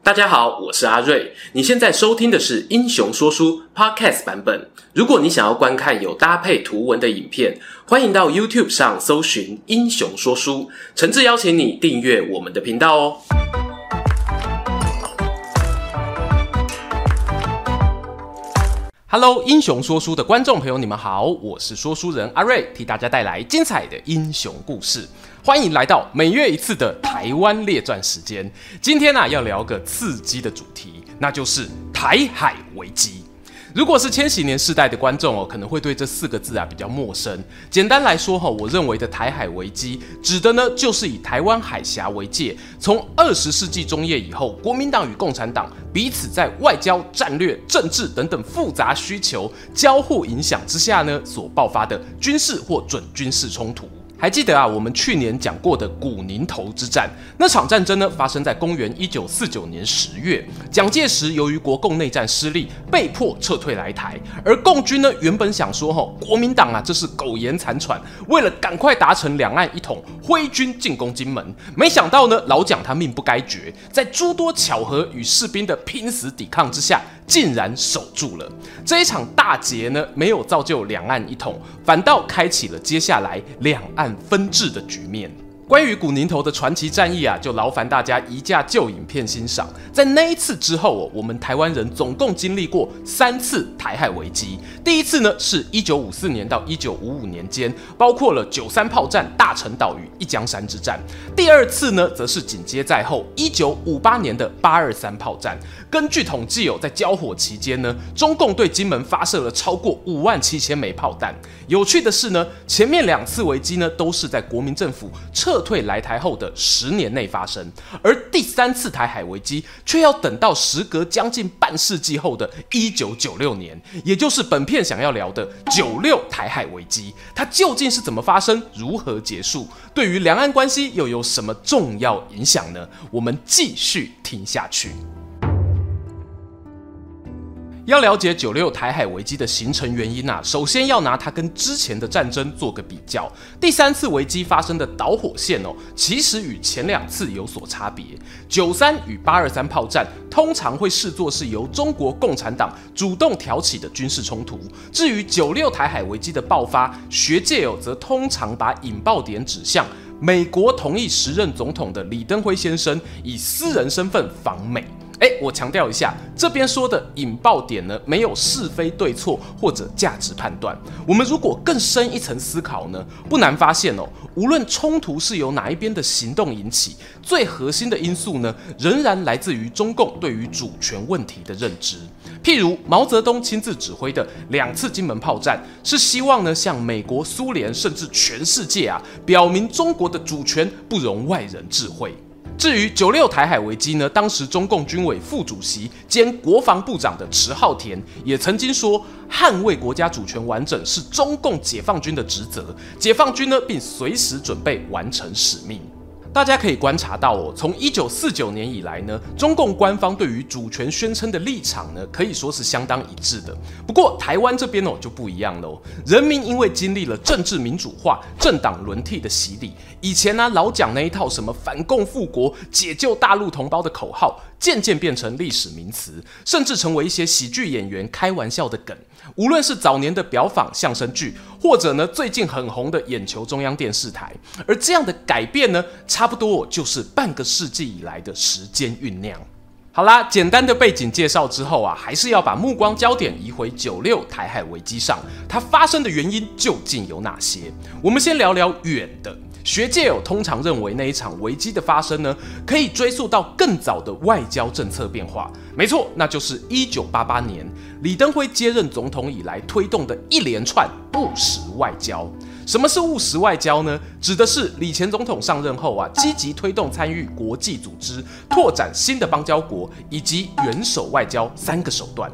大家好，我是阿瑞。你现在收听的是英雄说书 Podcast 版本。如果你想要观看有搭配图文的影片，欢迎到 YouTube 上搜寻英雄说书，诚挚邀请你订阅我们的频道哦。Hello， 英雄说书的观众朋友，你们好，我是说书人阿瑞，替大家带来精彩的英雄故事。欢迎来到每月一次的台湾列传时间。今天要聊个刺激的主题，那就是台海危机。如果是千禧年世代的观众可能会对这4个字比较陌生。简单来说我认为的台海危机指的呢，就是以台湾海峡为界，从20世纪中叶以后，国民党与共产党彼此在外交、战略、政治等等复杂需求交互影响之下呢，所爆发的军事或准军事冲突。还记得我们去年讲过的古宁头之战，那场战争呢发生在公元1949年10月，蒋介石由于国共内战失利，被迫撤退来台，而共军呢原本想说国民党这是苟延残喘，为了赶快达成两岸一统，挥军进攻金门，没想到呢老蒋他命不该绝，在诸多巧合与士兵的拼死抵抗之下，竟然守住了。这一场大捷呢，没有造就两岸一统，反倒开启了接下来两岸分治的局面。关于古宁头的传奇战役就劳烦大家移架旧影片欣赏。在那一次之后我们台湾人总共经历过3次台海危机。第一次呢是1954年到1955年间，包括了93炮战、大陈岛与一江山之战。第二次呢则是紧接在后1958年的823炮战。根据统计在交火期间呢，中共对金门发射了超过57000枚炮弹。有趣的是呢，前面2次危机呢都是在国民政府撤退来台后的10年内发生，而第3次台海危机却要等到时隔将近半世纪后的1996年，也就是本片想要聊的96台海危机。它究竟是怎么发生，如何结束，对于两岸关系又有什么重要影响呢？我们继续听下去。要了解96台海危机的形成原因首先要拿它跟之前的战争做个比较。第3次危机发生的导火线其实与前2次有所差别。93与823炮战通常会视作是由中国共产党主动挑起的军事冲突，至于96台海危机的爆发，学界则通常把引爆点指向美国同意时任总统的李登辉先生以私人身份访美。我强调一下，这边说的引爆点呢，没有是非对错或者价值判断。我们如果更深一层思考呢，不难发现无论冲突是由哪一边的行动引起，最核心的因素呢，仍然来自于中共对于主权问题的认知。譬如毛泽东亲自指挥的2次金门炮战，是希望呢向美国、苏联甚至全世界表明中国的主权不容外人智慧。至于96台海危机呢，当时中共军委副主席兼国防部长的迟浩田也曾经说，捍卫国家主权完整是中共解放军的职责，解放军呢并随时准备完成使命。大家可以观察到从1949年以来呢，中共官方对于主权宣称的立场呢，可以说是相当一致的。不过台湾这边就不一样了人民因为经历了政治民主化、政党轮替的洗礼，以前老蒋那一套什么反共复国、解救大陆同胞的口号，渐渐变成历史名词，甚至成为一些喜剧演员开玩笑的梗。无论是早年的表坊相声剧，或者呢最近很红的眼球中央电视台，而这样的改变呢，差不多就是半个世纪以来的时间酝酿。好啦，简单的背景介绍之后还是要把目光焦点移回96台海危机上，它发生的原因究竟有哪些？我们先聊聊远的。学界通常认为那一场危机的发生呢，可以追溯到更早的外交政策变化。没错，那就是1988年李登辉接任总统以来推动的一连串务实外交。什么是务实外交呢？指的是李前总统上任后积极推动参与国际组织，拓展新的邦交国以及元首外交3个手段。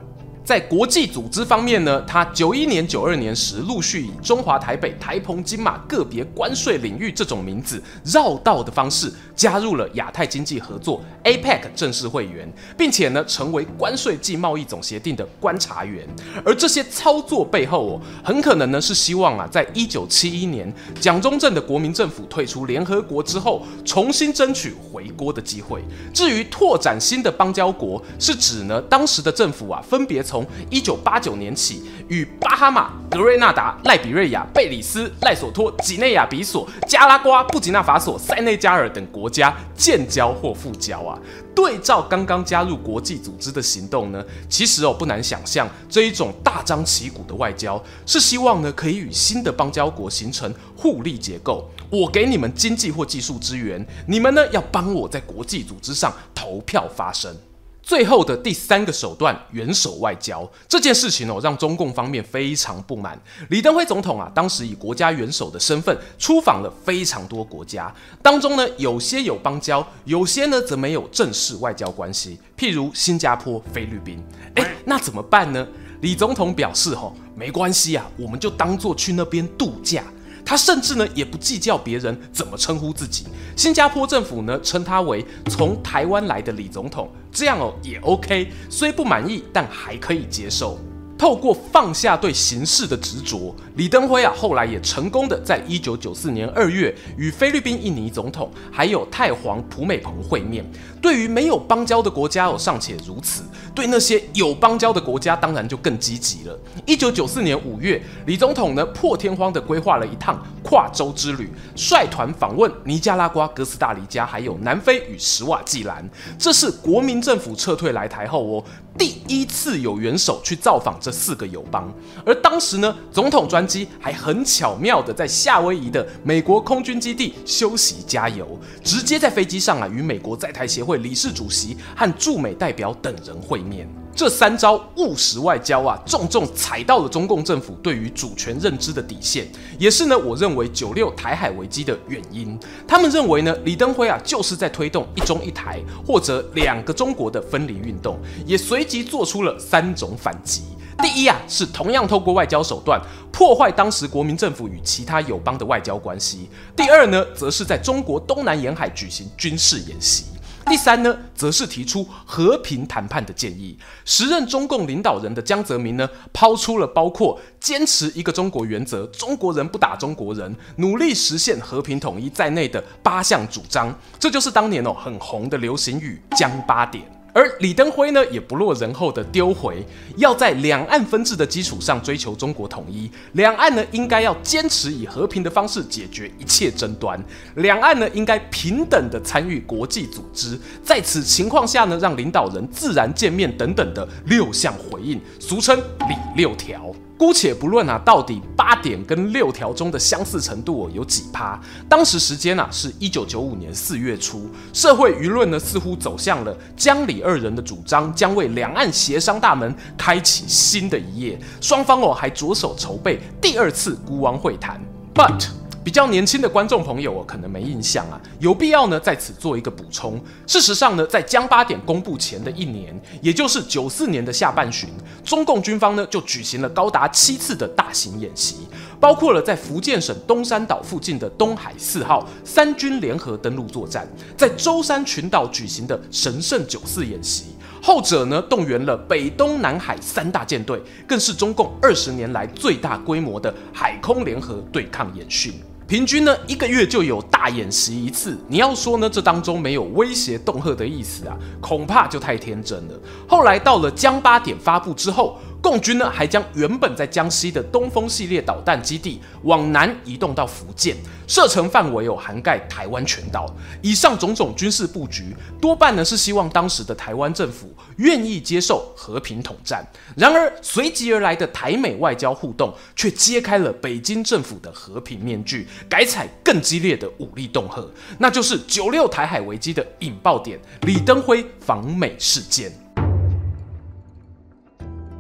在国际组织方面呢，他91年、92年时陆续以中华台北、台澎金马个别关税领域这种名字绕道的方式加入了亚太经济合作 APEC 正式会员，并且呢成为关税暨贸易总协定的观察员。而这些操作背后很可能呢是希望在1971年蒋中正的国民政府退出联合国之后，重新争取回锅的机会。至于拓展新的邦交国，是指呢当时的政府分别从1989年起与巴哈马、格瑞纳达、赖比瑞亚、贝里斯、赖索托、几内亚比索、加拉瓜、布吉纳法索、塞内加尔等国家建交或复交对照刚刚加入国际组织的行动呢，其实不难想象，这一种大张旗鼓的外交是希望呢可以与新的邦交国形成互利结构。我给你们经济或技术支援，你们呢要帮我在国际组织上投票发声。最后的第3个手段，元首外交这件事情让中共方面非常不满。李登辉总统当时以国家元首的身份出访了非常多国家，当中呢有些有邦交，有些呢则没有正式外交关系，譬如新加坡、菲律宾。那怎么办呢？李总统表示没关系我们就当作去那边度假。他甚至呢也不计较别人怎么称呼自己。新加坡政府呢称他为从台湾来的李总统，这样也 OK， 虽不满意，但还可以接受。透过放下对形式的执着，李登辉后来也成功的在1994年2月与菲律宾、印尼总统还有太皇普美蓬会面。对于没有邦交的国家尚且如此，对那些有邦交的国家当然就更积极了。1994年5月，李总统呢破天荒的规划了一趟跨洲之旅，率团访问尼加拉瓜、哥斯达黎加还有南非与史瓦济兰。这是国民政府撤退来台后第一次有元首去造访这4个友邦。而当时呢，总统专机还很巧妙的在夏威夷的美国空军基地休息加油，直接在飞机上与美国在台协会理事主席和驻美代表等人会面。这3招务实外交重重踩到了中共政府对于主权认知的底线，也是呢我认为96台海危机的原因。他们认为呢，李登辉就是在推动一中一台或者2个中国的分离运动，也随即做出了3种反击。第一是同样透过外交手段破坏当时国民政府与其他友邦的外交关系。第二呢，则是在中国东南沿海举行军事演习。第3呢，则是提出和平谈判的建议。时任中共领导人的江泽民呢，抛出了包括坚持一个中国原则、中国人不打中国人、努力实现和平统一在内的8项主张，这就是当年很红的流行语江8点。而李登辉呢，也不落人后的丢回，要在两岸分治的基础上追求中国统一。两岸呢，应该要坚持以和平的方式解决一切争端。两岸呢，应该平等的参与国际组织。在此情况下呢，让领导人自然见面等等的6项回应，俗称李6条。姑且不论到底8点跟6条中的相似程度有几趴，当时时间是1995年4月初，社会舆论呢似乎走向了江李2人的主张将为两岸协商大门开启新的一页，双方还着手筹备第2次孤汪会谈。But比较年轻的观众朋友可能没印象有必要呢在此做一个补充。事实上呢，在江8点公布前的1年，也就是94年的下半旬，中共军方呢就举行了高达7次的大型演习，包括了在福建省东山岛附近的东海4号3军联合登陆作战，在舟山群岛举行的神圣94演习。后者呢，动员了北东南海3大舰队，更是中共20年来最大规模的海空联合对抗演训。平均呢1个月就有大演习1次，你要说呢这当中没有威胁恫吓的意思恐怕就太天真了。后来到了江8点发布之后，共军呢还将原本在江西的东风系列导弹基地往南移动到福建，射程范围涵盖台湾全岛。以上种种军事布局，多半呢是希望当时的台湾政府愿意接受和平统战。然而随即而来的台美外交互动，却揭开了北京政府的和平面具，改采更激烈的武力恫吓，那就是96台海危机的引爆点——李登辉访美事件。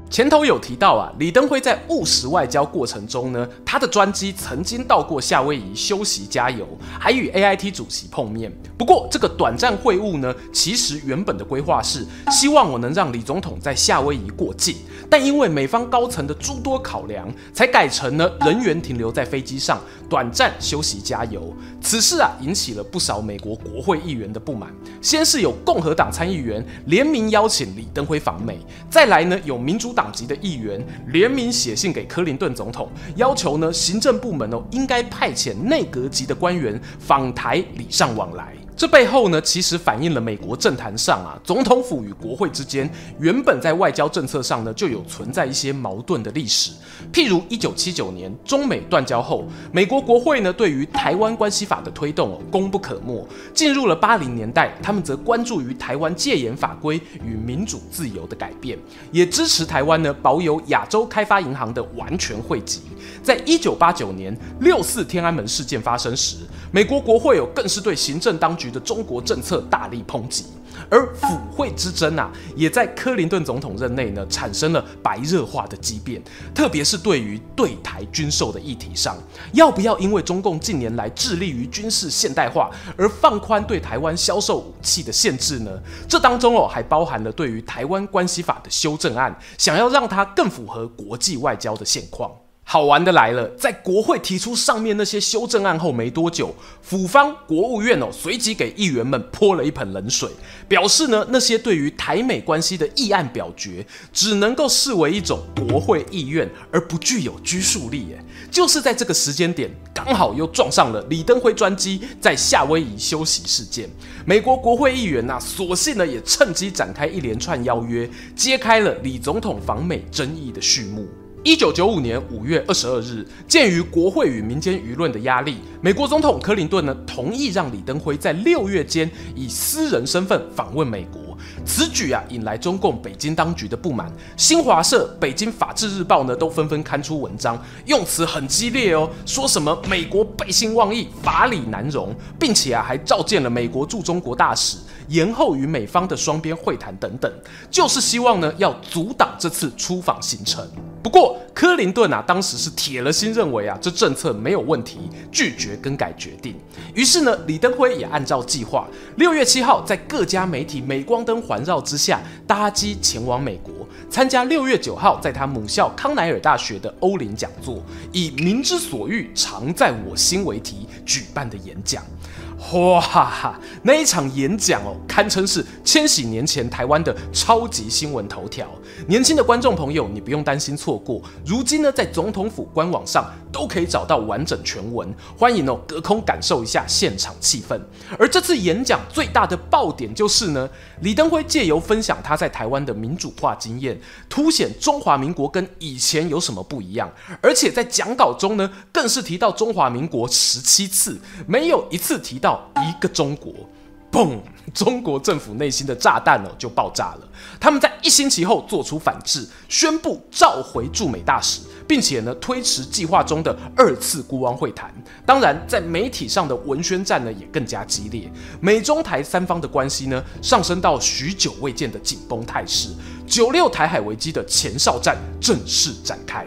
前头有提到啊，李登辉在务实外交过程中呢，他的专机曾经到过夏威夷休息加油，还与 AIT 主席碰面。不过这个短暂会晤呢，其实原本的规划是希望我能让李总统在夏威夷过境，但因为美方高层的诸多考量，才改成呢人员停留在飞机上，短暂休息加油。此事啊，引起了不少美国国会议员的不满。先是有共和党参议员联名邀请李登辉访美，再来呢有民主党籍的议员联名写信给柯林顿总统，要求呢行政部门应该派遣内阁级的官员访台礼尚往来。这背后呢，其实反映了美国政坛上啊，总统府与国会之间原本在外交政策上呢，就有存在一些矛盾的历史。譬如1979年中美断交后，美国国会呢对于台湾关系法的推动功不可没。进入了80年代，他们则关注于台湾戒严法规与民主自由的改变，也支持台湾呢保有亚洲开发银行的完全会籍。在1989年6·4天安门事件发生时，美国国会更是对行政当局的中国政策大力抨击，而府会之争啊，也在柯林顿总统任内呢产生了白热化的激变，特别是对于对台军售的议题上，要不要因为中共近年来致力于军事现代化而放宽对台湾销售武器的限制呢？这当中还包含了对于台湾关系法的修正案，想要让它更符合国际外交的现况。好玩的来了，在国会提出上面那些修正案后没多久，府方国务院随即给议员们泼了一盆冷水，表示呢那些对于台美关系的议案表决，只能够视为一种国会意愿，而不具有拘束力。就是在这个时间点，刚好又撞上了李登辉专机在夏威夷休息事件，美国国会议员索性呢也趁机展开一连串邀约，揭开了李总统访美争议的序幕。1995年5月22日，鉴于国会与民间舆论的压力，美国总统柯林顿呢同意让李登辉在6月间以私人身份访问美国。此举引来中共北京当局的不满，新华社、北京法制日报呢都纷纷刊出文章，用词很激烈说什么美国背信忘义、法理难容，并且还召见了美国驻中国大使，延后与美方的双边会谈等等，就是希望呢要阻挡这次出访行程。不过柯林顿当时是铁了心认为这政策没有问题，拒绝更改决定。于是呢，李登辉也按照计划，6月7号在各家媒体镁光灯环绕之下，搭机前往美国，参加6月9号在他母校康乃尔大学的欧林讲座，以民之所欲，常在我心为题举办的演讲。哇，那一场演讲堪称是千禧年前台湾的超级新闻头条。年轻的观众朋友，你不用担心错过。如今呢，在总统府官网上都可以找到完整全文，欢迎隔空感受一下现场气氛。而这次演讲最大的爆点就是呢，李登辉借由分享他在台湾的民主化经验，凸显中华民国跟以前有什么不一样。而且在讲稿中呢，更是提到中华民国17次，没有一次提到一个中国。嘣！中国政府内心的炸弹就爆炸了。他们在1星期后做出反制，宣布召回驻美大使，并且呢推迟计划中的2次孤汪会谈。当然，在媒体上的文宣战呢也更加激烈，美中台三方的关系呢上升到许久未见的紧绷态势。96台海危机的前哨战正式展开。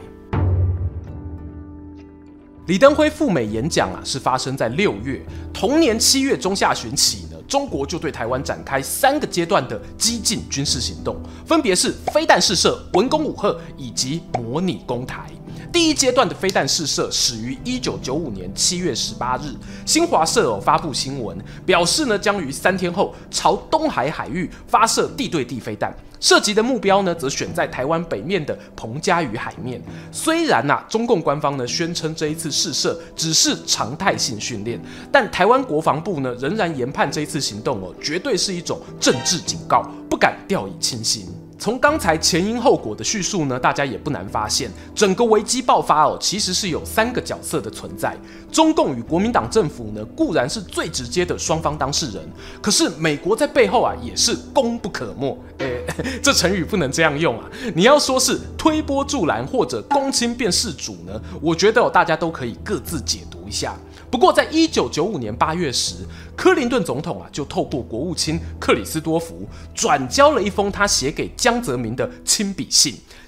李登辉赴美演讲是发生在6月，同年7月中下旬起呢，中国就对台湾展开3个阶段的激进军事行动，分别是飞弹试射、文攻武吓以及模拟攻台。第一阶段的飞弹试射始于1995年7月18日，新华社发布新闻，表示呢将于3天后朝东海海域发射地对地飞弹。射击的目标呢，则选在台湾北面的彭佳屿海面。虽然中共官方呢宣称这一次试射只是常态性训练，但台湾国防部呢仍然研判这一次行动绝对是一种政治警告，不敢掉以轻心。从刚才前因后果的叙述呢，大家也不难发现，整个危机爆发其实是有3个角色的存在。中共与国民党政府呢，固然是最直接的双方当事人，可是美国在背后也是功不可没。这成语不能这样用你要说是推波助澜或者公亲变事主呢，我觉得大家都可以各自解读一下。不过，在1995年8月时，柯林顿总统就透过国务卿克里斯多福转交了一封他写给江泽民的亲笔信，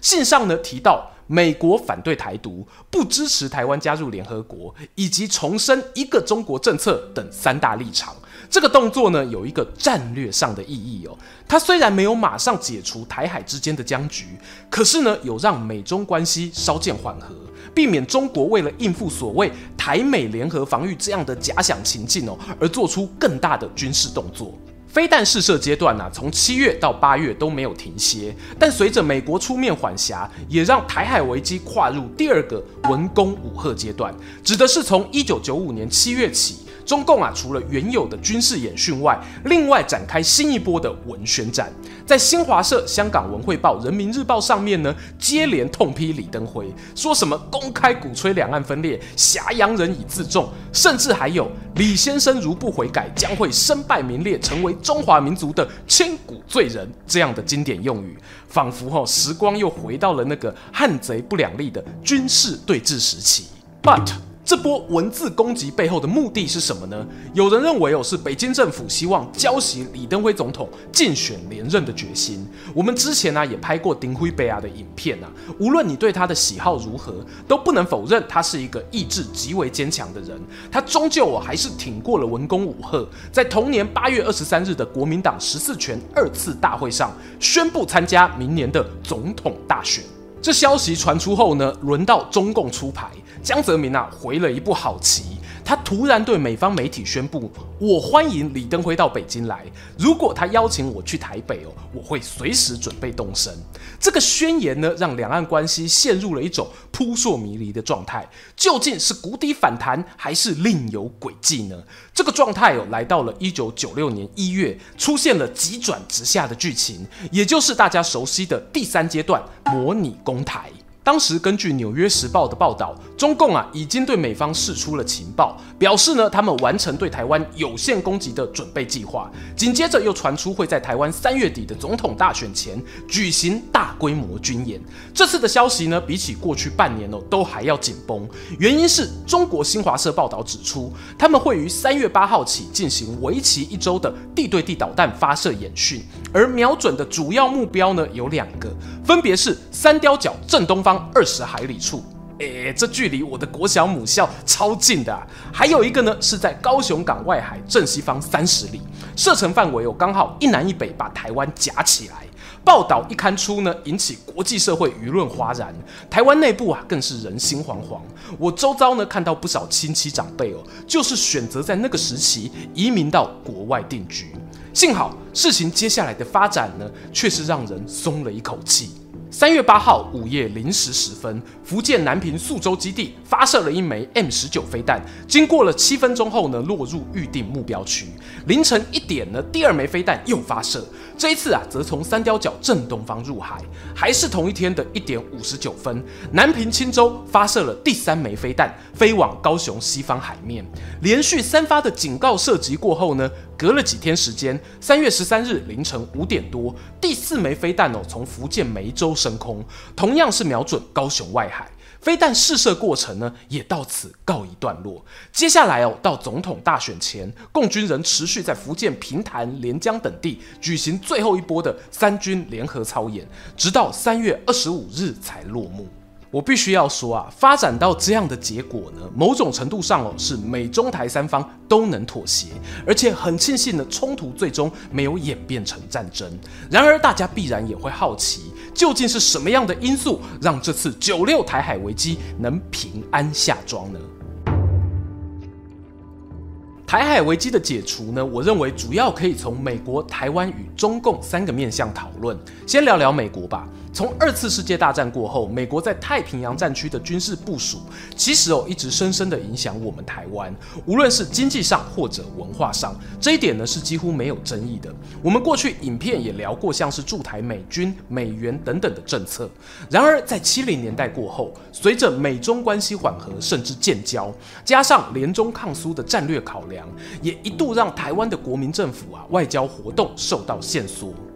信上呢提到，美国反对台独，不支持台湾加入联合国，以及重申一个中国政策等3大立场。这个动作呢有一个战略上的意义哦。它虽然没有马上解除台海之间的僵局，可是呢有让美中关系稍见缓和，避免中国为了应付所谓台美联合防御这样的假想情境哦，而做出更大的军事动作。飞弹试射阶段从7月到8月都没有停歇，但随着美国出面缓颊，也让台海危机跨入第2个文攻武吓阶段，指的是从1995年7月起，中共除了原有的军事演训外，另外展开新一波的文宣战。在新华社、香港文汇报、人民日报上面呢，接连痛批李登辉，说什么公开鼓吹两岸分裂，挟洋人以自重，甚至还有李先生如不悔改，将会身败名裂，成为中华民族的千古罪人这样的经典用语，仿佛时光又回到了那个汉贼不两立的军事对峙时期。But这波文字攻击背后的目的是什么呢？有人认为是北京政府希望浇熄李登辉总统竞选连任的决心。我们之前也拍过丁辉贝亚的影片无论你对他的喜好如何，都不能否认他是一个意志极为坚强的人。他终究还是挺过了文攻武吓，在同年8月23日的国民党14全2次大会上，宣布参加明年的总统大选。这消息传出后呢，轮到中共出牌，江泽民回了一步好棋。他突然对美方媒体宣布，我欢迎李登辉到北京来，如果他邀请我去台北我会随时准备动身。这个宣言呢，让两岸关系陷入了一种扑朔迷离的状态，究竟是谷底反弹还是另有诡计呢？这个状态来到了1996年1月，出现了急转直下的剧情，也就是大家熟悉的第3阶段模拟攻台。当时根据《纽约时报》的报道，中共已经对美方释出了情报，表示呢他们完成对台湾有限攻击的准备计划。紧接着又传出会在台湾3月底的总统大选前举行大规模军演。这次的消息呢，比起过去半年都还要紧绷。原因是中国新华社报道指出，他们会于3月8号起进行为期1周的地对地导弹发射演训，而瞄准的主要目标呢有2个，分别是三貂角正东方20海里处，这距离我的国小母校超近的还有一个呢是在高雄港外海正西方30里，射程范围刚好一南一北把台湾夹起来。报道一刊出呢，引起国际社会舆论哗然，台湾内部更是人心惶惶。我周遭呢看到不少亲戚长辈就是选择在那个时期移民到国外定居。幸好事情接下来的发展呢，却是让人松了一口气。3月8号午夜0时10分，福建南平宿州基地发射了一枚 M19 飞弹，经过了7分钟后呢，落入预定目标区。凌晨1点呢，第2枚飞弹又发射，这一次则从三貂角正东方入海。还是同一天的1点59分，南平钦州发射了第3枚飞弹，飞往高雄西方海面。连续3发的警告射击过后呢，隔了几天时间，3月13日凌晨5点多，第4枚飞弹从福建梅州升空，同样是瞄准高雄外海。飞弹试射过程呢，也到此告一段落。接下来到总统大选前，共军仍持续在福建平潭、连江等地举行最后一波的3军联合操演，直到3月25日才落幕。我必须要说发展到这样的结果呢，某种程度上是美中台3方都能妥协，而且很庆幸的冲突最终没有演变成战争。然而大家必然也会好奇，究竟是什么样的因素让这次96台海危机能平安下庄呢？台海危机的解除呢，我认为主要可以从美国、台湾与中共3个面向讨论。先聊聊美国吧。从2次世界大战过后，美国在太平洋战区的军事部署，其实一直深深的影响我们台湾，无论是经济上或者文化上，这一点呢是几乎没有争议的。我们过去影片也聊过，像是驻台美军、美元等等的政策。然而在70年代过后，随着美中关系缓和甚至建交，加上联中抗苏的战略考量，也一度让台湾的国民政府外交活动受到限缩。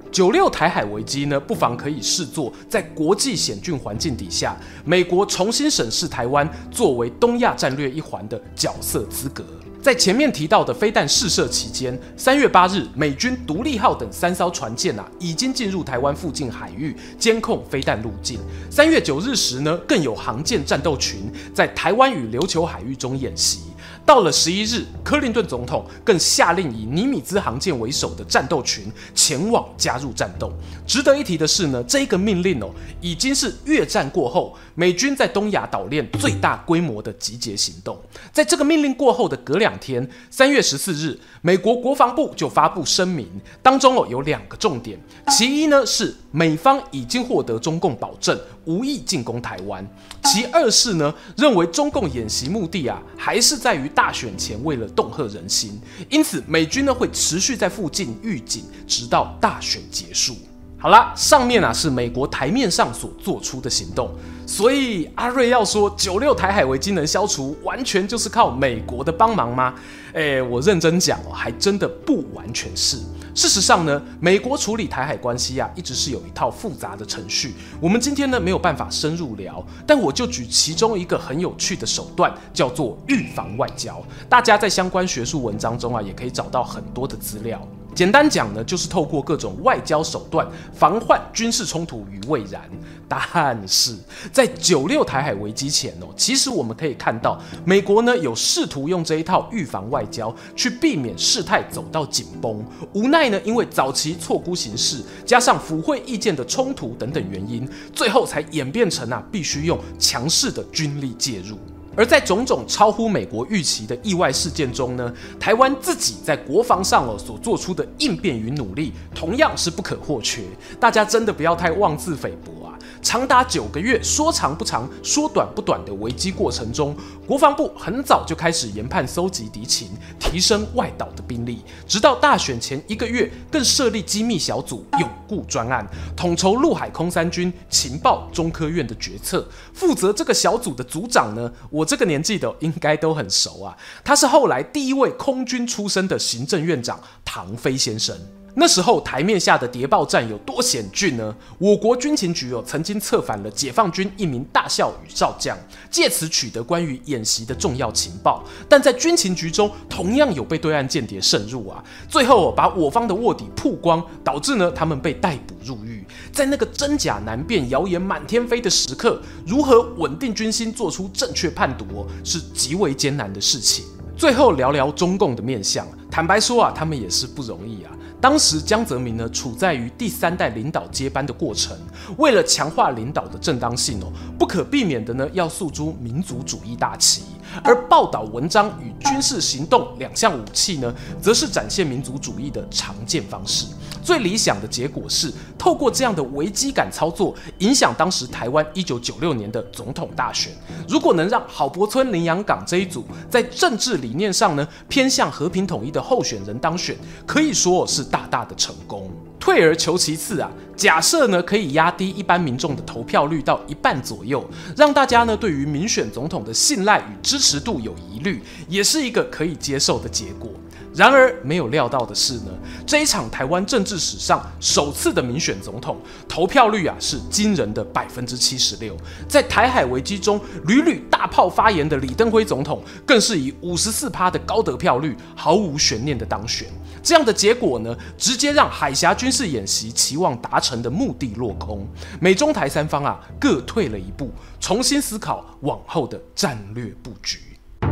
96台海危机呢，不妨可以视作在国际险峻环境底下，美国重新审视台湾作为东亚战略一环的角色资格。在前面提到的飞弹试射期间，3月8日，美军独立号等3艘船舰已经进入台湾附近海域监控飞弹路径。3月9日时呢，更有航舰战斗群在台湾与琉球海域中演习。到了11日，克林顿总统更下令以尼米兹航舰为首的战斗群前往加入战斗。值得一提的是呢，这个命令已经是越战过后美军在东亚岛链最大规模的集结行动。在这个命令过后的隔2天，3月14日，美国国防部就发布声明，当中有2个重点，其一呢是美方已经获得中共保证无意进攻台湾，其二是呢认为中共演习目的还是在于大选前为了恫吓人心，因此美军呢会持续在附近预警，直到大选结束。好啦，上面是美国台面上所做出的行动，所以阿瑞要说96台海危机能消除，完全就是靠美国的帮忙吗？我认真讲还真的不完全是。事实上呢，美国处理台海关系一直是有一套复杂的程序，我们今天呢没有办法深入聊，但我就举其中一个很有趣的手段，叫做预防外交。大家在相关学术文章中也可以找到很多的资料。简单讲呢，就是透过各种外交手段防患军事冲突于未然。但是在96台海危机前其实我们可以看到，美国呢有试图用这一套预防外交去避免事态走到紧绷，无奈呢因为早期错估形势，加上府会意见的冲突等等原因，最后才演变成必须用强势的军力介入。而在种种超乎美国预期的意外事件中呢，台湾自己在国防上所做出的应变与努力，同样是不可或缺。大家真的不要太妄自菲薄长达9个月，说长不长，说短不短的危机过程中，国防部很早就开始研判搜集敌情，提升外岛的兵力，直到大选前1个月，更设立机密小组永固专案，统筹陆海空3军情报中科院的决策。负责这个小组的组长呢，我这个年纪的应该都很熟他是后来第1位空军出身的行政院长唐飞先生。那时候台面下的谍报战有多险峻呢？我国军情局曾经策反了解放军1名大校与少将，借此取得关于演习的重要情报，但在军情局中同样有被对岸间谍渗入最后把我方的卧底曝光，导致呢他们被逮捕入狱。在那个真假难辨、谣言满天飞的时刻，如何稳定军心，做出正确判读是极为艰难的事情。最后聊聊中共的面向，坦白说他们也是不容易当时江泽民呢处在于第3代领导接班的过程，为了强化领导的正当性不可避免的呢要诉诸民族主义大旗，而报道文章与军事行动2项武器呢，则是展现民族主义的常见方式。最理想的结果是透过这样的危机感操作，影响当时台湾1996年的总统大选。如果能让郝柏村、林洋港这一组在政治理念上呢偏向和平统一的候选人当选，可以说是大大的成功。退而求其次假设呢可以压低一般民众的投票率到1半左右，让大家呢对于民选总统的信赖与支持度有疑虑，也是一个可以接受的结果。然而没有料到的是呢，这一场台湾政治史上首次的民选总统，投票率是惊人的76%。在台海危机中屡屡大炮发言的李登辉总统，更是以54%的高得票率，毫无悬念的当选。这样的结果呢，直接让海峡军事演习期望达成的目的落空。美中台3方各退了一步，重新思考往后的战略布局。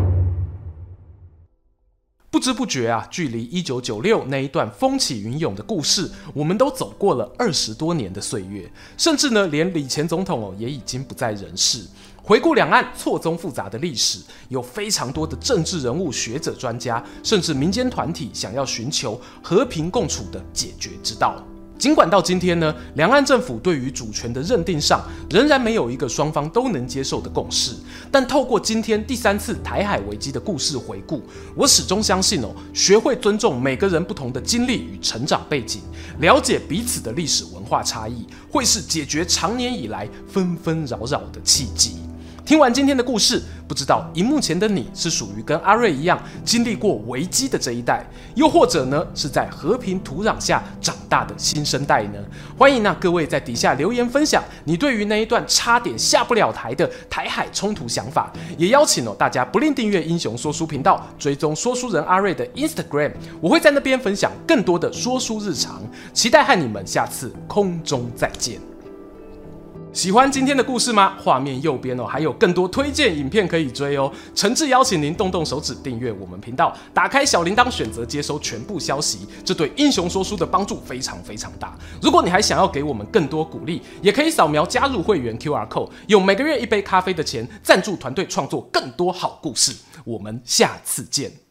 不知不觉距离1996那一段风起云涌的故事，我们都走过了20多年的岁月，甚至呢，连李前总统也已经不在人世。回顾两岸错综复杂的历史，有非常多的政治人物、学者、专家，甚至民间团体想要寻求和平共处的解决之道。尽管到今天呢，两岸政府对于主权的认定上仍然没有一个双方都能接受的共识，但透过今天第3次台海危机的故事回顾，我始终相信学会尊重每个人不同的经历与成长背景，了解彼此的历史文化差异，会是解决长年以来纷纷扰扰的契机。 听完今天的故事，不知道荧幕前的你是属于跟阿瑞一样经历过危机的这一代，又或者呢是在和平土壤下长大的新生代呢？欢迎各位在底下留言分享你对于那一段差点下不了台的台海冲突想法，也邀请大家不吝订阅英雄说书频道，追踪说书人阿瑞的 Instagram， 我会在那边分享更多的说书日常，期待和你们下次空中再见。喜欢今天的故事吗？画面右边还有更多推荐影片可以追哦。诚挚邀请您动动手指订阅我们频道，打开小铃铛，选择接收全部消息，这对英雄说书的帮助非常非常大。如果你还想要给我们更多鼓励，也可以扫描加入会员 QR Code， 用每个月1杯咖啡的钱赞助团队创作更多好故事。我们下次见。